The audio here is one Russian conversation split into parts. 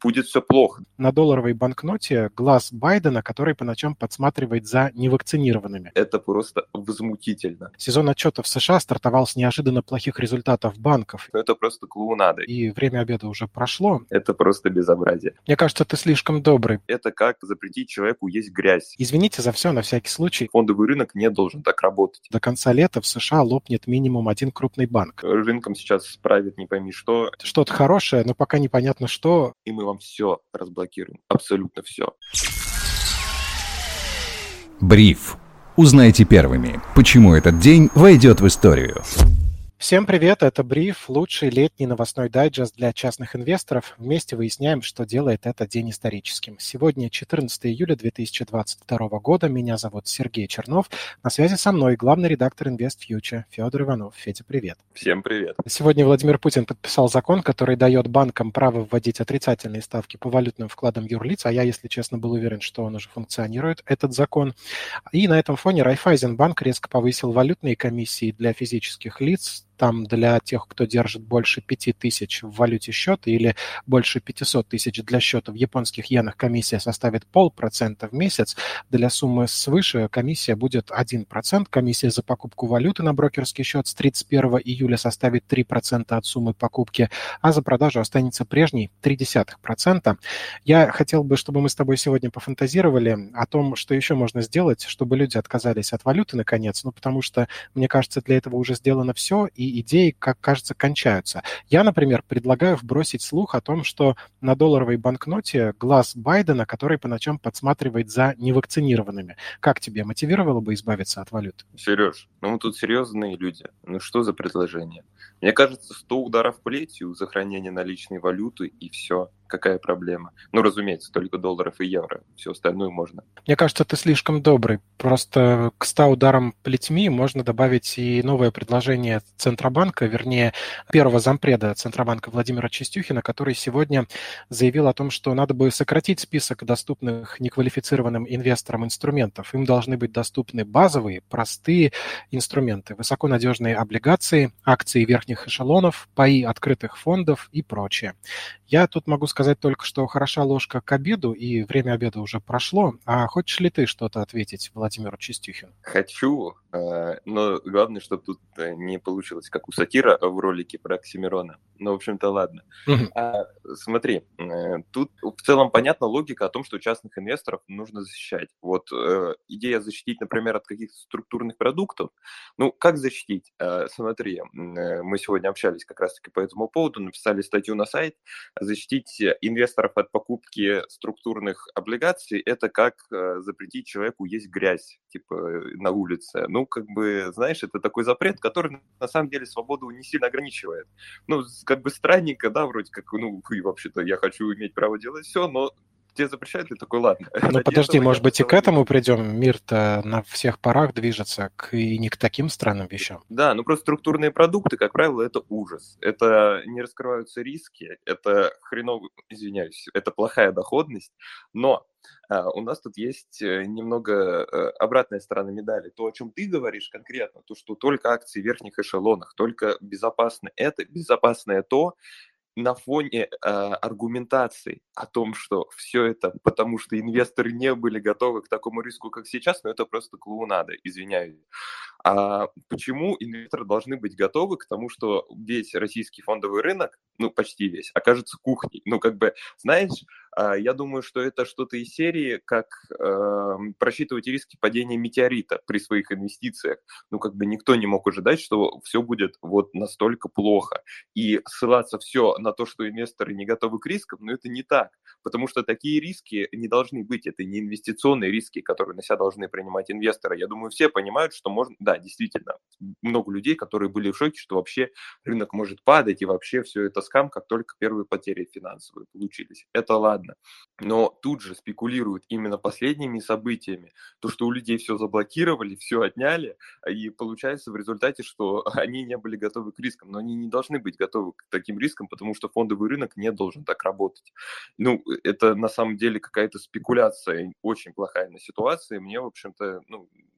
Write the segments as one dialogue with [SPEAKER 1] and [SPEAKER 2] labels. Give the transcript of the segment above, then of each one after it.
[SPEAKER 1] будет все плохо.
[SPEAKER 2] На долларовой банкноте глаз Байдена, который по ночам подсматривает за невакцинированными.
[SPEAKER 1] Это просто возмутительно.
[SPEAKER 2] Сезон отчетов в США стартовал с неожиданно плохих результатов банков.
[SPEAKER 1] Это просто клоунада.
[SPEAKER 2] И время обеда уже прошло.
[SPEAKER 1] Это просто безобразие.
[SPEAKER 2] Мне кажется, ты слишком добрый.
[SPEAKER 1] Это как запретить человеку есть грязь.
[SPEAKER 2] Извините за все на всякий случай.
[SPEAKER 1] Фондовый рынок не должен так работать.
[SPEAKER 2] До конца лета в США лопнет минимум один крупный банк.
[SPEAKER 1] Рынком сейчас правит не пойми что.
[SPEAKER 2] Что-то хорошее, но пока непонятно что.
[SPEAKER 1] И мы вам все разблокируем. Абсолютно все.
[SPEAKER 3] Бриф. Узнайте первыми, почему этот день войдет в историю.
[SPEAKER 2] Всем привет, это Бриф, лучший летний новостной дайджест для частных инвесторов. Вместе выясняем, что делает этот день историческим. Сегодня 14 июля 2022 года. Меня зовут Сергей Чернов. На связи со мной главный редактор InvestFuture Федор Иванов. Федя, привет.
[SPEAKER 1] Всем привет.
[SPEAKER 2] Сегодня Владимир Путин подписал закон, который дает банкам право вводить отрицательные ставки по валютным вкладам юрлиц, а я, если честно, был уверен, что он уже функционирует, этот закон. И на этом фоне Райффайзенбанк резко повысил валютные комиссии для физических лиц. Там для тех, кто держит больше 5000 в валюте счета или больше 500 тысяч для счета в японских иенах, комиссия составит 0,5% в месяц. Для суммы свыше комиссия будет 1%. Комиссия за покупку валюты на брокерский счет с 31 июля составит 3% от суммы покупки, а за продажу останется прежний 0,3%. Я хотел бы, чтобы мы с тобой сегодня пофантазировали о том, что еще можно сделать, чтобы люди отказались от валюты наконец, потому что, мне кажется, для этого уже сделано все, и идеи, как кажется, кончаются. Я, например, предлагаю вбросить слух о том, что на долларовой банкноте глаз Байдена, который по ночам подсматривает за невакцинированными. Как тебе, мотивировало бы избавиться от валюты?
[SPEAKER 1] Сереж, мы тут серьезные люди. Что за предложение? Мне кажется, 100 ударов плетью за хранение наличной валюты и все. Какая проблема? Разумеется, только долларов и евро. Все остальное можно.
[SPEAKER 2] Мне кажется, ты слишком добрый. Просто к 100 ударам плетьми можно добавить и новое предложение Центробанка, вернее, первого зампреда Центробанка Владимира Чистюхина, который сегодня заявил о том, что надо бы сократить список доступных неквалифицированным инвесторам инструментов. Им должны быть доступны базовые, простые инструменты, высоконадежные облигации, акции верхних эшелонов, паи открытых фондов и прочее. Я тут могу сказать только, что хороша ложка к обеду, и время обеда уже прошло. А хочешь ли ты что-то ответить Владимиру Чистюхину?
[SPEAKER 1] Хочу, но главное, чтобы тут не получилось, как у сатира в ролике про Оксимирона. В общем-то, ладно. Смотри, тут в целом понятна логика о том, что частных инвесторов нужно защищать. Идея защитить, например, от каких-то структурных продуктов. Как защитить? Смотри, мы сегодня общались как раз-таки по этому поводу, написали статью на сайт. Защитить инвесторов от покупки структурных облигаций – это как запретить человеку есть грязь, на улице. Знаешь, это такой запрет, который на самом деле свободу не сильно ограничивает. Странненько, да, вроде как, и вообще-то я хочу иметь право делать все, но тебе запрещают, и такой, ладно.
[SPEAKER 2] Подожди, может быть, и к этому придем? Мир-то на всех парах движется и не к таким странным вещам.
[SPEAKER 1] Да, просто структурные продукты, как правило, это ужас. Это не раскрываются риски, это это плохая доходность, но у нас тут есть немного обратная сторона медали. То, о чем ты говоришь конкретно, то, что только акции в верхних эшелонах, только безопасно это, безопасное то, на фоне аргументации о том, что все это потому, что инвесторы не были готовы к такому риску, как сейчас, это просто клоунада, извиняюсь. А почему инвесторы должны быть готовы к тому, что весь российский фондовый рынок, почти весь, окажется кухней? Знаешь, я думаю, что это что-то из серии, как просчитывать риски падения метеорита при своих инвестициях. Никто не мог ожидать, что все будет настолько плохо. И ссылаться все на то, что инвесторы не готовы к рискам, это не так. Потому что такие риски не должны быть. Это не инвестиционные риски, которые на себя должны принимать инвесторы. Я думаю, все понимают, что можно... Да, действительно, много людей, которые были в шоке, что вообще рынок может падать, и вообще все это скам, как только первые потери финансовые получились. Это ладно. Но тут же спекулируют именно последними событиями. То, что у людей все заблокировали, все отняли, и получается в результате, что они не были готовы к рискам. Но они не должны быть готовы к таким рискам, потому что фондовый рынок не должен так работать. Это на самом деле какая-то спекуляция очень плохая на ситуации. Мне, в общем-то,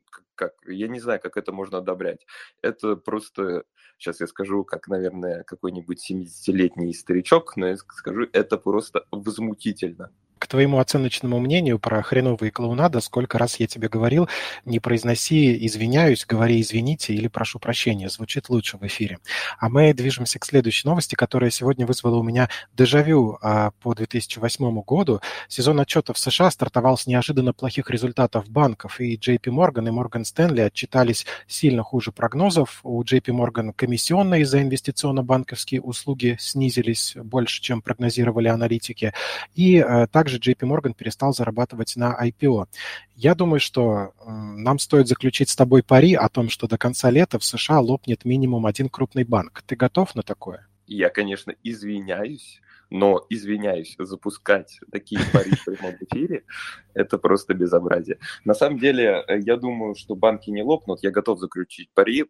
[SPEAKER 1] я не знаю, как это можно одобрять. Это просто, сейчас я скажу, как, наверное, какой-нибудь 70-летний старичок, но я скажу, это просто возмутительно.
[SPEAKER 2] К твоему оценочному мнению про хреновые клоунада, сколько раз я тебе говорил, не произноси «извиняюсь», говори «извините» или «прошу прощения». Звучит лучше в эфире. А мы движемся к следующей новости, которая сегодня вызвала у меня дежавю по 2008 году. Сезон отчетов в США стартовал с неожиданно плохих результатов банков, и JP Morgan и Morgan Stanley отчитались сильно хуже прогнозов. У JP Morgan комиссионные за инвестиционно-банковские услуги снизились больше, чем прогнозировали аналитики. И также JP Morgan перестал зарабатывать на IPO. Я думаю, что нам стоит заключить с тобой пари о том, что до конца лета в США лопнет минимум один крупный банк. Ты готов на такое?
[SPEAKER 1] Я, конечно, извиняюсь, но запускать такие пари в прямом эфире – это просто безобразие. На самом деле, я думаю, что банки не лопнут, я готов заключить пари.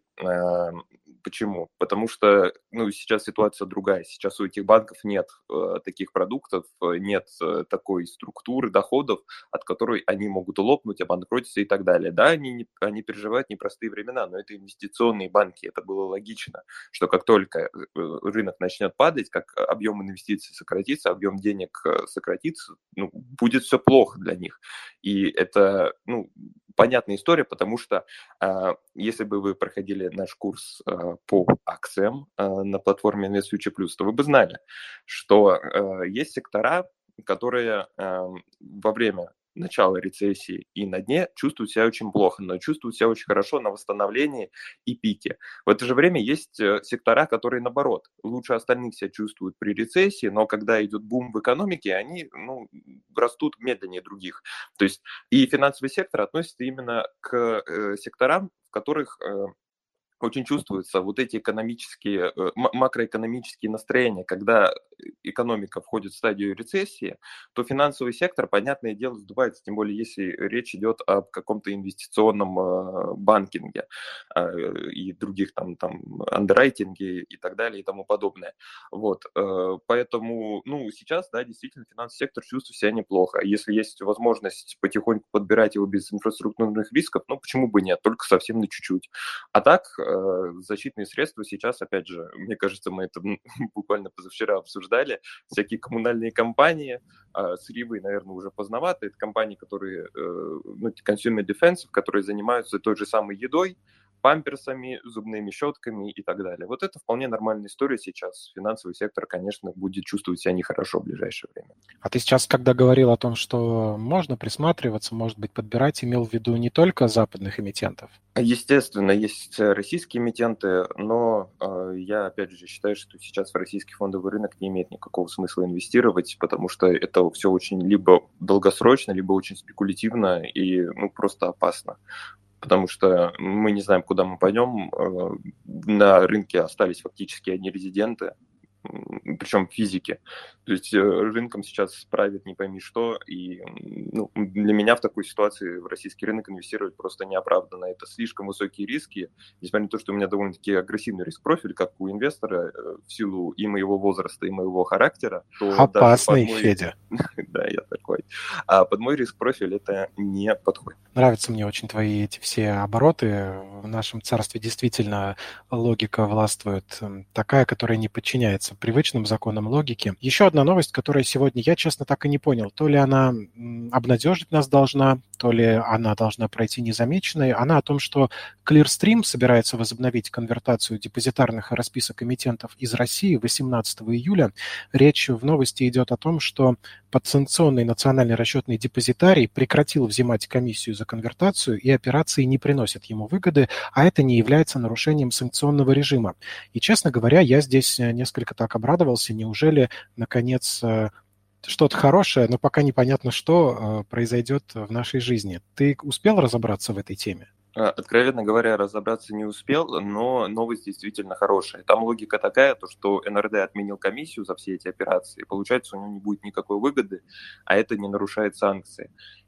[SPEAKER 1] Почему? Потому что сейчас ситуация другая. Сейчас у этих банков нет таких продуктов, нет такой структуры доходов, от которой они могут лопнуть, обанкротиться и так далее. Да, они переживают непростые времена, но это инвестиционные банки. Это было логично, что как только рынок начнет падать, как объем инвестиций сократится, объем денег сократится, будет все плохо для них. И это, понятная история, потому что если бы вы проходили наш курс по акциям на платформе InvestFuture+, то вы бы знали, что есть сектора, которые во время начала рецессии и на дне чувствуют себя очень плохо, но чувствуют себя очень хорошо на восстановлении и пике. В это же время есть сектора, которые, наоборот, лучше остальных себя чувствуют при рецессии, но когда идет бум в экономике, они растут медленнее других. То есть и финансовый сектор относится именно к секторам, в которых очень чувствуются вот эти макроэкономические настроения. Когда экономика входит в стадию рецессии, то финансовый сектор, понятное дело, сдувается, тем более если речь идет об каком-то инвестиционном банкинге и других там андеррайтинге и так далее и тому подобное. Вот. Поэтому, сейчас, да, действительно, финансовый сектор чувствует себя неплохо. Если есть возможность потихоньку подбирать его без инфраструктурных рисков, почему бы нет, только совсем на чуть-чуть. А так, защитные средства сейчас, опять же, мне кажется, мы это буквально позавчера обсуждали, всякие коммунальные компании, с Ривой, наверное, уже поздновато, это компании, которые, consumer defensive, которые занимаются той же самой едой, памперсами, зубными щетками и так далее. Вот это вполне нормальная история сейчас. Финансовый сектор, конечно, будет чувствовать себя нехорошо в ближайшее время.
[SPEAKER 2] А ты сейчас, когда говорил о том, что можно присматриваться, может быть, подбирать, имел в виду не только западных эмитентов?
[SPEAKER 1] Естественно, есть российские эмитенты, но я, опять же, считаю, что сейчас в российский фондовый рынок не имеет никакого смысла инвестировать, потому что это все очень либо долгосрочно, либо очень спекулятивно и просто опасно. Потому что мы не знаем, куда мы пойдем. На рынке остались фактически одни резиденты, причем физики. То есть рынком сейчас правит не пойми что, и для меня в такой ситуации в российский рынок инвестировать просто неоправданно. Это слишком высокие риски, несмотря на то, что у меня довольно-таки агрессивный риск-профиль, как у инвестора, в силу и моего возраста, и моего характера.
[SPEAKER 2] Опасный, Федя.
[SPEAKER 1] Да, я такой. А под мой риск-профиль это не подходит.
[SPEAKER 2] Нравятся мне очень твои эти все обороты. В нашем царстве действительно логика властвует такая, которая не подчиняется привычным законам логики. Еще одна новость, которая сегодня, я честно так и не понял, то ли она обнадежить нас должна, то ли она должна пройти незамеченной. Она о том, что Clearstream собирается возобновить конвертацию депозитарных расписок эмитентов из России 18 июля. Речь в новости идет о том, что подсанкционный национальный расчетный депозитарий прекратил взимать комиссию за конвертацию, и операции не приносят ему выгоды, а это не является нарушением санкционного режима. И, честно говоря, я здесь несколько так обрадовался. Неужели, наконец, что-то хорошее, но пока непонятно, что произойдет в нашей жизни? Ты успел разобраться в этой теме?
[SPEAKER 1] Откровенно говоря, разобраться не успел, но новость действительно хорошая. Там логика такая, то, что НРД отменил комиссию за все эти операции, получается, у него не будет никакой выгоды, а это не нарушает санкции.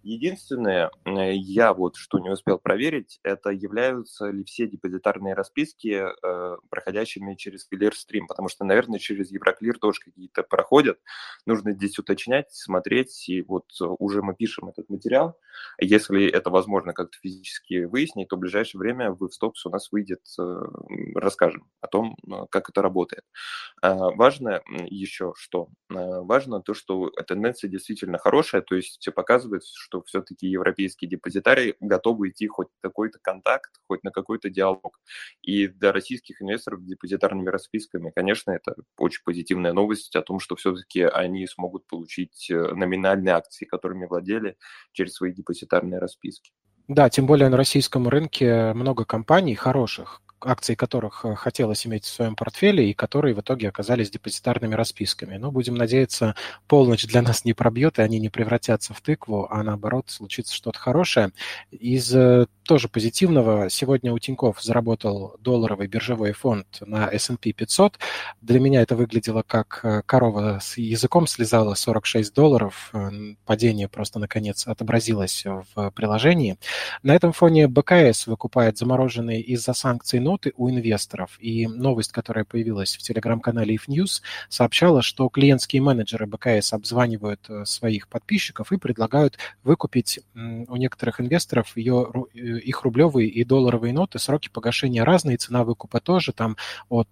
[SPEAKER 1] Единственное, я вот что не успел проверить, это являются ли все депозитарные расписки проходящими через Clearstream, потому что, наверное, через Euroclear тоже какие-то проходят. Нужно здесь уточнять, смотреть, и вот уже мы пишем этот материал. Если это возможно как-то физически выяснить, то в ближайшее время в Stops у нас выйдет, расскажем о том, как это работает. Важно еще что? Важно то, что тенденция действительно хорошая, то есть показывает, что все-таки европейские депозитарии готовы идти хоть на какой-то контакт, хоть на какой-то диалог. И для российских инвесторов с депозитарными расписками, конечно, это очень позитивная новость о том, что все-таки они смогут получить номинальные акции, которыми владели через свои депозитарные расписки.
[SPEAKER 2] Да, тем более на российском рынке много компаний хороших, акции которых хотелось иметь в своем портфеле и которые в итоге оказались депозитарными расписками. Но будем надеяться, полночь для нас не пробьет, и они не превратятся в тыкву, а наоборот случится что-то хорошее. Из тоже позитивного, сегодня у Тинькофф заработал долларовый биржевой фонд на S&P 500. Для меня это выглядело как корова с языком слезала, $46. Падение просто наконец отобразилось в приложении. На этом фоне БКС выкупает замороженные из-за санкций ноты у инвесторов. И новость, которая появилась в телеграм-канале If News, сообщала, что клиентские менеджеры БКС обзванивают своих подписчиков и предлагают выкупить у некоторых инвесторов их рублевые и долларовые ноты. Сроки погашения разные, цена выкупа тоже, там от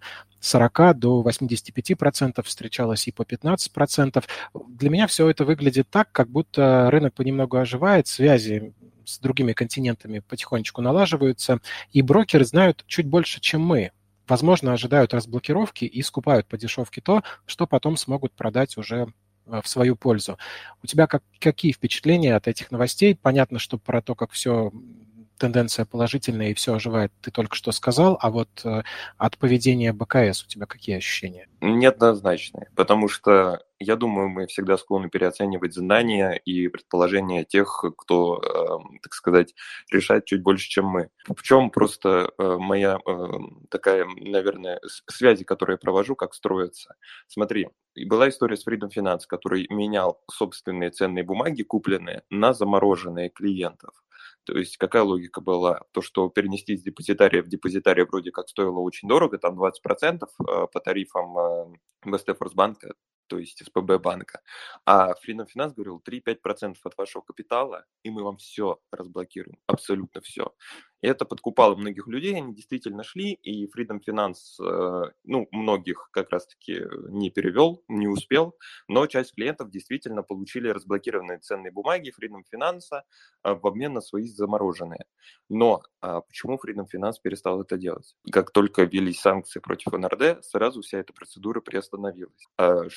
[SPEAKER 2] 40 до 85% встречалось и по 15%. Для меня все это выглядит так, как будто рынок понемногу оживает, связи с другими континентами потихонечку налаживаются, и брокеры знают чуть больше, чем мы. Возможно, ожидают разблокировки и скупают по дешевке то, что потом смогут продать уже в свою пользу. У тебя какие впечатления от этих новостей? Понятно, что про то, как все тенденция положительная и все оживает, ты только что сказал, а вот от поведения БКС у тебя какие ощущения?
[SPEAKER 1] Неоднозначные, потому что, я думаю, мы всегда склонны переоценивать знания и предположения тех, кто, так сказать, решает чуть больше, чем мы. В чем просто моя такая, наверное, связи, которые я провожу, как строятся. Смотри, была история с Freedom Finance, который менял собственные ценные бумаги, купленные, на замороженные клиентов. То есть какая логика была? То, что перенести из депозитария в депозитарий вроде как стоило очень дорого, там 20% по тарифам Вестефорсбанка, то есть СПБ банка. А Freedom Finance говорил 3-5% от вашего капитала, и мы вам все разблокируем, абсолютно все. И это подкупало многих людей, они действительно шли, и Freedom Finance, многих как раз-таки не перевел, не успел, но часть клиентов действительно получили разблокированные ценные бумаги Freedom Finance в обмен на свои замороженные. Но почему Freedom Finance перестал это делать? Как только ввелись санкции против НРД, сразу вся эта процедура приостановилась.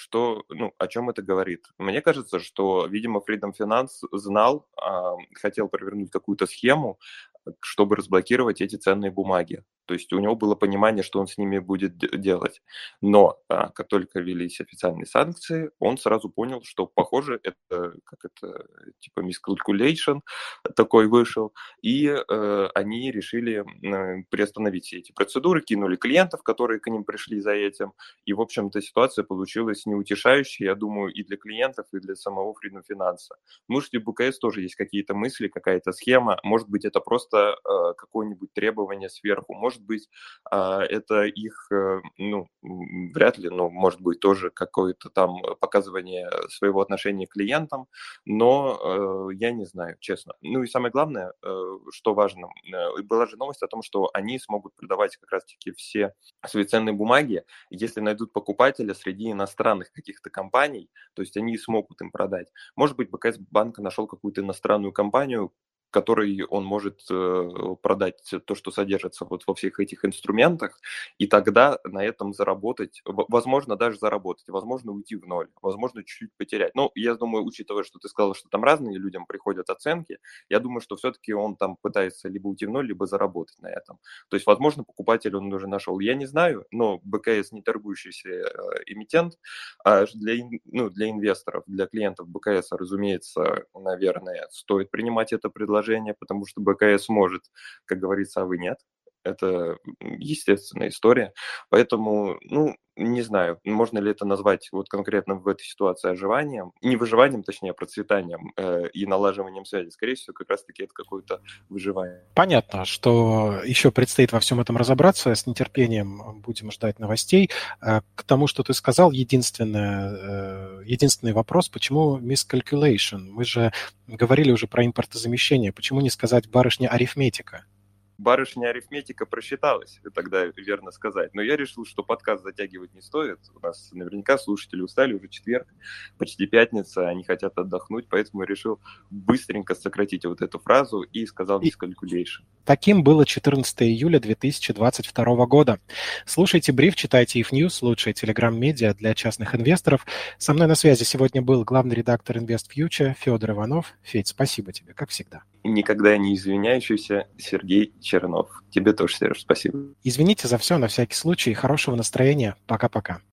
[SPEAKER 1] О чем это говорит? Мне кажется, что, видимо, Freedom Finance знал, хотел провернуть какую-то схему, чтобы разблокировать эти ценные бумаги. То есть у него было понимание, что он с ними будет делать. Но как только ввелись официальные санкции, он сразу понял, что, похоже, это типа miscalculation такой вышел, и они решили приостановить все эти процедуры, кинули клиентов, которые к ним пришли за этим, и, в общем-то, ситуация получилась неутешающей, я думаю, и для клиентов, и для самого Freedom Finance. Может, и у БКС тоже есть какие-то мысли, какая-то схема, может быть, это просто какое-нибудь требование сверху, может быть, это их, вряд ли, но может быть тоже какое-то там показывание своего отношения к клиентам, но я не знаю, честно. Ну и самое главное, что важно, была же новость о том, что они смогут продавать как раз-таки все свои ценные бумаги, если найдут покупателя среди иностранных каких-то компаний, то есть они смогут им продать. Может быть, БКС банка нашел какую-то иностранную компанию, которой он может продать то, что содержится вот во всех этих инструментах, и тогда на этом заработать, возможно, даже заработать, возможно, уйти в ноль, возможно, чуть-чуть потерять. Ну, я думаю, учитывая, что ты сказал, что там разные людям приходят оценки, я думаю, что все-таки он там пытается либо уйти в ноль, либо заработать на этом. То есть, возможно, покупатель он уже нашел. Я не знаю, но БКС не торгующийся эмитент, для инвесторов, для клиентов БКС, разумеется, наверное, стоит принимать это предложение, потому что БКС может, как говорится, а вы нет. Это естественная история. Поэтому, Не знаю, можно ли это назвать вот конкретно в этой ситуации оживанием, не выживанием, точнее, а процветанием и налаживанием связи. Скорее всего, как раз-таки это какое-то выживание.
[SPEAKER 2] Понятно, что еще предстоит во всем этом разобраться. С нетерпением будем ждать новостей. К тому, что ты сказал, единственный вопрос, почему miscalculation? Мы же говорили уже про импортозамещение. Почему не сказать барышня арифметика?
[SPEAKER 1] Барышня арифметика просчиталась, тогда верно сказать. Но я решил, что подкаст затягивать не стоит. У нас наверняка слушатели устали, уже четверг, почти пятница, они хотят отдохнуть, поэтому я решил быстренько сократить вот эту фразу и сказал miscalculation.
[SPEAKER 2] Таким было 14 июля 2022 года. Слушайте бриф, читайте if News, лучшая телеграм-медиа для частных инвесторов. Со мной на связи сегодня был главный редактор InvestFuture Федор Иванов. Федь, спасибо тебе, как всегда.
[SPEAKER 1] Никогда не извиняющийся Сергей Чернов. Тебе тоже, Сереж, спасибо.
[SPEAKER 2] Извините за все, на всякий случай. Хорошего настроения. Пока-пока.